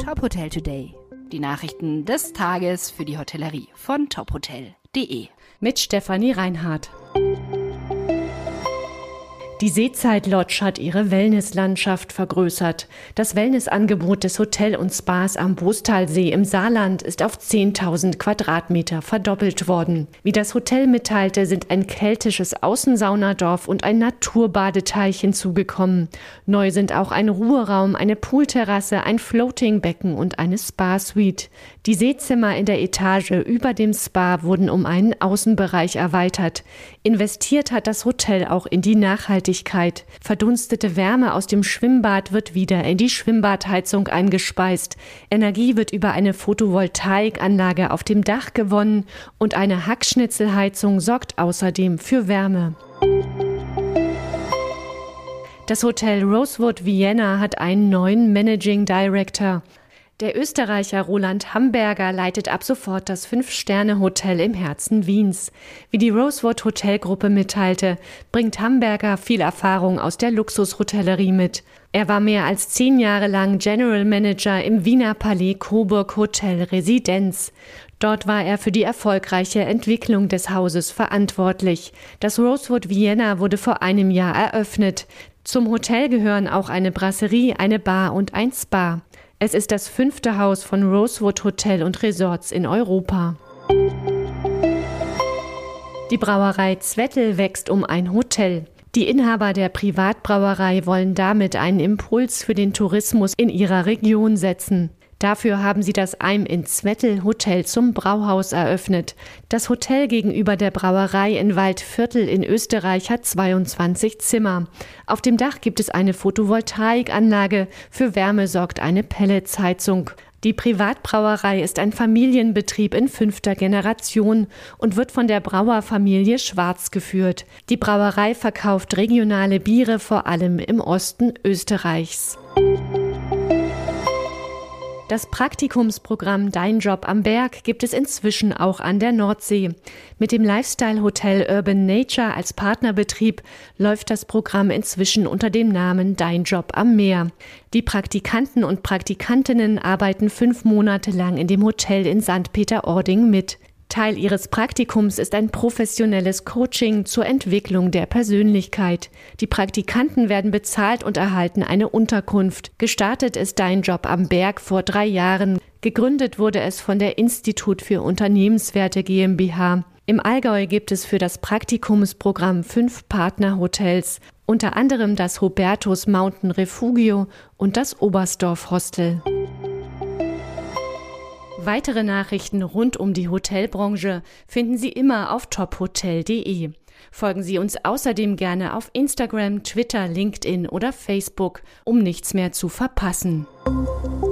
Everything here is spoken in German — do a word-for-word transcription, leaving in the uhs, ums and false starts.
Top Hotel Today. Die Nachrichten des Tages für die Hotellerie von top hotel punkt de. Mit Stefanie Reinhardt. Die Seezeit Lodge hat ihre Wellnesslandschaft vergrößert. Das Wellnessangebot des Hotel und Spas am Bostalsee im Saarland ist auf zehntausend Quadratmeter verdoppelt worden. Wie das Hotel mitteilte, sind ein keltisches Außensaunadorf und ein Naturbadeteich hinzugekommen. Neu sind auch ein Ruheraum, eine Poolterrasse, ein Floatingbecken und eine Spa-Suite. Die Seezimmer in der Etage über dem Spa wurden um einen Außenbereich erweitert. Investiert hat das Hotel auch in die Nachhaltigkeit. Verdunstete Wärme aus dem Schwimmbad wird wieder in die Schwimmbadheizung eingespeist. Energie wird über eine Photovoltaikanlage auf dem Dach gewonnen und eine Hackschnitzelheizung sorgt außerdem für Wärme. Das Hotel Rosewood Vienna hat einen neuen Managing Director. Der Österreicher Roland Hamberger leitet ab sofort das Fünf-Sterne-Hotel im Herzen Wiens. Wie die Rosewood Hotelgruppe mitteilte, bringt Hamberger viel Erfahrung aus der Luxushotellerie mit. Er war mehr als zehn Jahre lang General Manager im Wiener Palais Coburg Hotel Residenz. Dort war er für die erfolgreiche Entwicklung des Hauses verantwortlich. Das Rosewood Vienna wurde vor einem Jahr eröffnet. Zum Hotel gehören auch eine Brasserie, eine Bar und ein Spa. Es ist das fünfte Haus von Rosewood Hotel und Resorts in Europa. Die Brauerei Zwettl wächst um ein Hotel. Die Inhaber der Privatbrauerei wollen damit einen Impuls für den Tourismus in ihrer Region setzen. Dafür haben sie das Eim in Zwettl Hotel zum Brauhaus eröffnet. Das Hotel gegenüber der Brauerei in Waldviertel in Österreich hat zweiundzwanzig Zimmer. Auf dem Dach gibt es eine Photovoltaikanlage, für Wärme sorgt eine Pelletsheizung. Die Privatbrauerei ist ein Familienbetrieb in fünfter Generation und wird von der Brauerfamilie Schwarz geführt. Die Brauerei verkauft regionale Biere vor allem im Osten Österreichs. Das Praktikumsprogramm Dein Job am Berg gibt es inzwischen auch an der Nordsee. Mit dem Lifestyle-Hotel Urban Nature als Partnerbetrieb läuft das Programm inzwischen unter dem Namen Dein Job am Meer. Die Praktikanten und Praktikantinnen arbeiten fünf Monate lang in dem Hotel in Sankt Peter-Ording mit. Teil ihres Praktikums ist ein professionelles Coaching zur Entwicklung der Persönlichkeit. Die Praktikanten werden bezahlt und erhalten eine Unterkunft. Gestartet ist Dein Job am Berg vor drei Jahren. Gegründet wurde es von der Institut für Unternehmenswerte GmbH. Im Allgäu gibt es für das Praktikumsprogramm fünf Partnerhotels, unter anderem das Hubertus Mountain Refugio und das Oberstdorf Hostel. Weitere Nachrichten rund um die Hotelbranche finden Sie immer auf top hotel punkt de. Folgen Sie uns außerdem gerne auf Instagram, Twitter, LinkedIn oder Facebook, um nichts mehr zu verpassen.